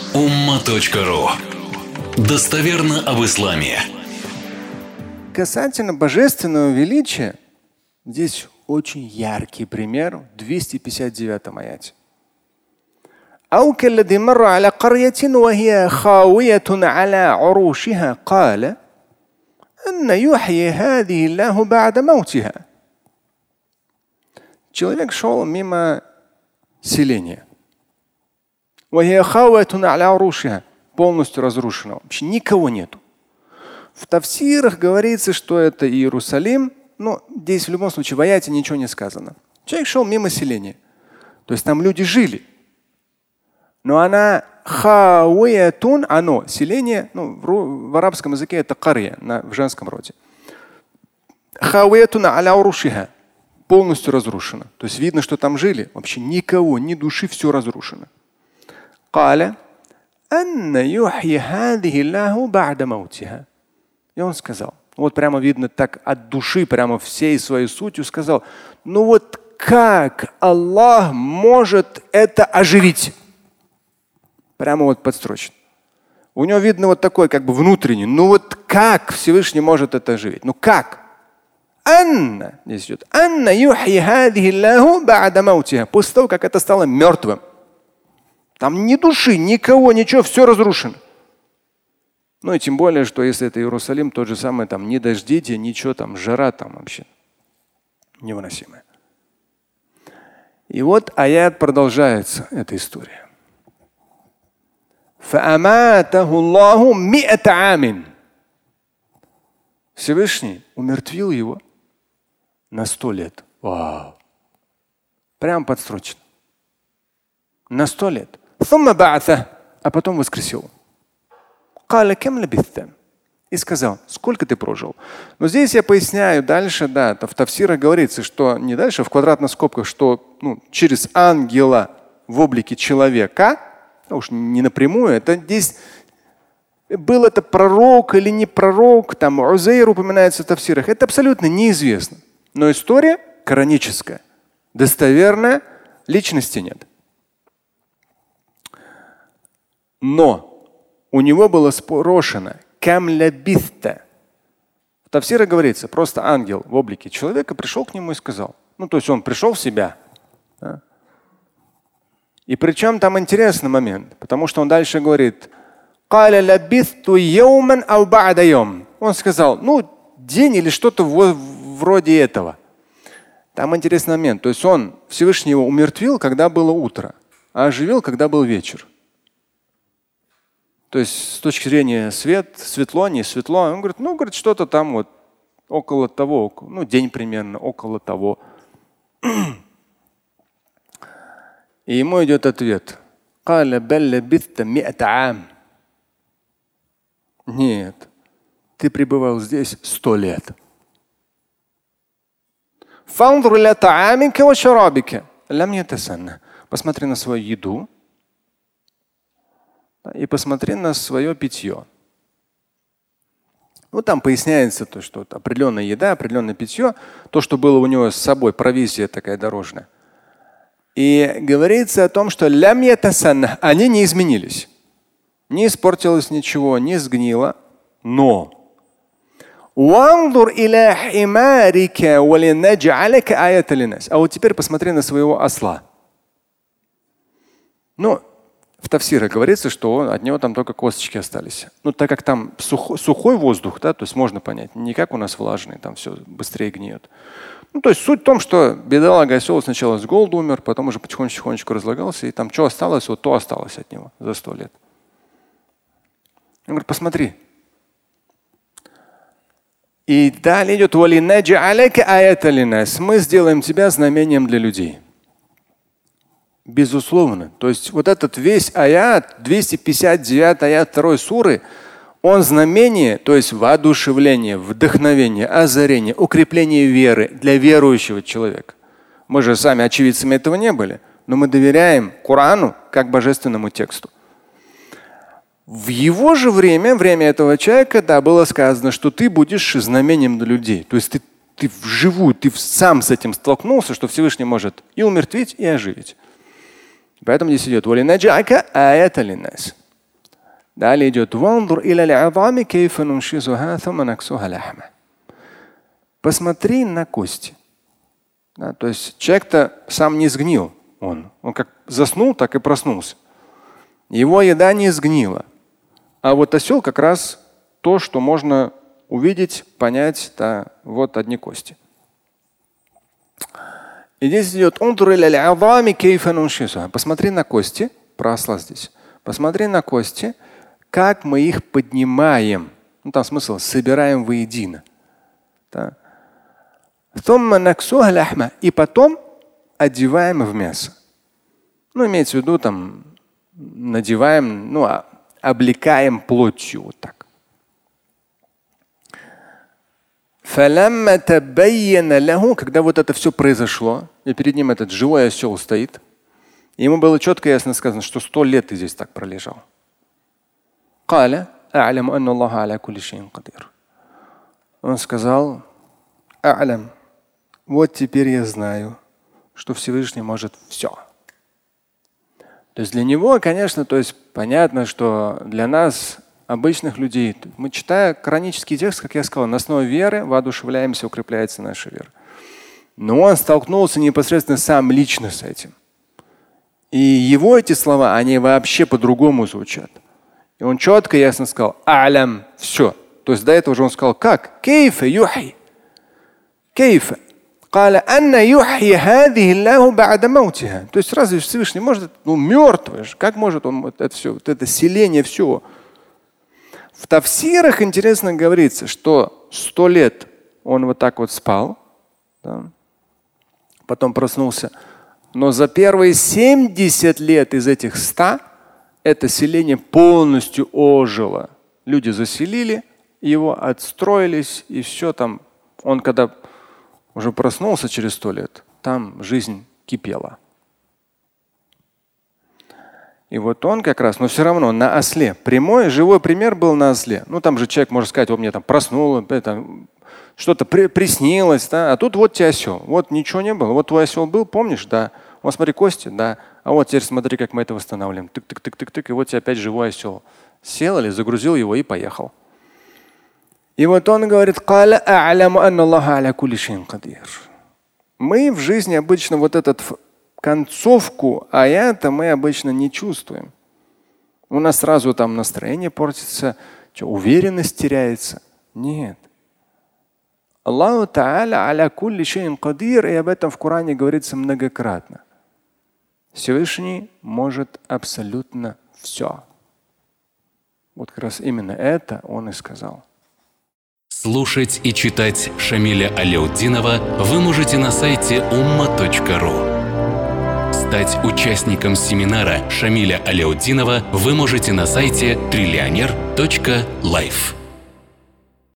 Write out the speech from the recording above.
umma.ru. Достоверно об исламе. Касательно божественного величия, здесь очень яркий пример в 259 аяте. أو كالذي مر على قرية وهي خاوية على عروشها قال أن يحيي هذه الله بعد موتها. Человек шел мимо селения. وهي خاوية على عروشها, полностью разрушенного. Вообще никого нету. В тафсирах говорится, что это Иерусалим, но здесь в любом случае в аяте ничего не сказано. Человек шел мимо селения. То есть там люди жили. Но она хауятун, оно, селение, в арабском языке это карья, в женском роде. Хауятун аля урушиха, полностью разрушено. То есть видно, что там жили. Вообще никого, ни души, все разрушено. Каля анна юхьи хадихи Аллаху ба'да маутиха. И он сказал, вот прямо видно так от души, прямо всей своей сутью сказал, ну вот как Аллах может это оживить? Прямо вот подстрочен. У него видно вот такой как бы внутренний. Ну вот как Всевышний может это оживить? Ну как? Анна, здесь идет. Анна юхьи хадихи Аллаху ба'да маутиха. После того, как это стало мертвым. Там ни души, никого, ничего, все разрушено. Ну и тем более, что если это Иерусалим, тот же самый, там ни дождите, ничего, там жара там вообще невыносимая. И вот аят продолжается, эта история. Всевышний умертвил его на 100 лет. Вау. Прям подстрочено. На 100 лет. А потом воскресил. И сказал, сколько ты прожил? Но здесь я поясняю дальше, да, в тафсирах говорится, что не дальше, в квадратных скобках, что через ангела в облике человека, уж не напрямую, это здесь был это пророк или не пророк, там Узейр упоминается в тафсирах, это абсолютно неизвестно. Но история кораническая, достоверная, личности нет. Но у него было спрошено камлябитта. В тафсире говорится, просто ангел в облике человека пришел к нему и сказал. То есть он пришел в себя. Да? И причем там интересный момент, потому что он дальше говорит, он сказал, день или что-то вроде этого. Там интересный момент. То есть он Всевышний его умертвил, когда было утро, а оживил, когда был вечер. То есть с точки зрения светло, не светло. Он говорит, что-то там вот около того, день примерно около того. И ему идет ответ. Нет, ты пребывал здесь 100 лет. Посмотри на свою еду. И посмотри на свое питье. Там поясняется, что определенная еда, определенное питье, то, что было у него с собой, провизия такая дорожная. И говорится о том, что они не изменились. Не испортилось ничего, не сгнило. Но а вот теперь посмотри на своего осла. В тафсирах говорится, что от него там только косточки остались. Так как там сухой воздух, да, то есть можно понять, не как у нас влажный, там все быстрее гниет. То есть суть в том, что бедолага осел сначала с голоду умер, потом уже потихонечку разлагался, и там что осталось, вот то осталось от него за 100 лет. Он говорит, посмотри. И далее идет, мы сделаем тебя знамением для людей. Безусловно. То есть вот этот весь аят, 259 аят 2 суры, он знамение, то есть воодушевление, вдохновение, озарение, укрепление веры для верующего человека. Мы же сами очевидцами этого не были, но мы доверяем Корану как божественному тексту. В его же время этого человека, да, было сказано, что ты будешь знамением для людей. То есть ты вживую, ты сам с этим столкнулся, что Всевышний может и умертвить, и оживить. Поэтому здесь идет Далее идет «Ванзур иля л'азами кейфа нуншизуха thumma наксуха лахма». Посмотри на кости. Да, то есть человек-то сам не сгнил. Он как заснул, так и проснулся. Его еда не сгнила. А вот осел как раз то, что можно увидеть, понять, да, вот одни кости. И здесь идет посмотри на кости, про осла здесь. Посмотри на кости, как мы их поднимаем. Ну, там смысл собираем воедино. Да. И потом одеваем в мясо. Ну, имеется в виду, там, надеваем, ну, облекаем плотью вот так. Когда вот это все произошло, и перед ним этот живой осел стоит, ему было четко и ясно сказано, что 100 лет ты здесь так пролежал. Он сказал: вот теперь я знаю, что Всевышний может все. То есть для него, конечно, то есть понятно, что для нас, обычных людей, мы, читая коранический текст, как я сказал, на основе веры воодушевляемся, укрепляется наша вера. Но он столкнулся непосредственно сам лично с этим. И его эти слова, они вообще по-другому звучат. И он четко и ясно сказал: «А'лям» – все. То есть до этого же он сказал: как? Кейфа юхи. Кейфа. То есть разве Всевышний может, ну, мертвый же, как может он это все, вот это селение всего? В тафсирах интересно говорится, что 100 лет он вот так вот спал, да, потом проснулся, но за первые 70 лет из этих 100 это селение полностью ожило. Люди заселили его, отстроились, и все там. Он когда уже проснулся через 100 лет, там жизнь кипела. И вот он как раз, но все равно на осле. Прямой, живой пример был на осле. Ну там же человек может сказать: вот мне там проснуло, что-то приснилось, да? А тут вот тебе осел. Вот ничего не было. Вот твой осел был, помнишь? Да. Вот смотри, кости, да. А вот теперь смотри, как мы это восстанавливаем. Тык-тык-тык-тык-тык. И вот тебе опять живой осел. Сел или загрузил его и поехал. И вот он говорит: мы в жизни обычно вот этот концовку аята мы обычно не чувствуем. У нас сразу там настроение портится, уверенность теряется. Нет. Аллаху Та'аля аля кулли шейин кадир, и об этом в Коране говорится многократно. Всевышний может абсолютно все. Вот как раз именно это он и сказал. Слушать и читать Шамиля Аляутдинова вы можете на сайте umma.ru. Стать участником семинара Шамиля Аляутдинова вы можете на сайте trillioner.life.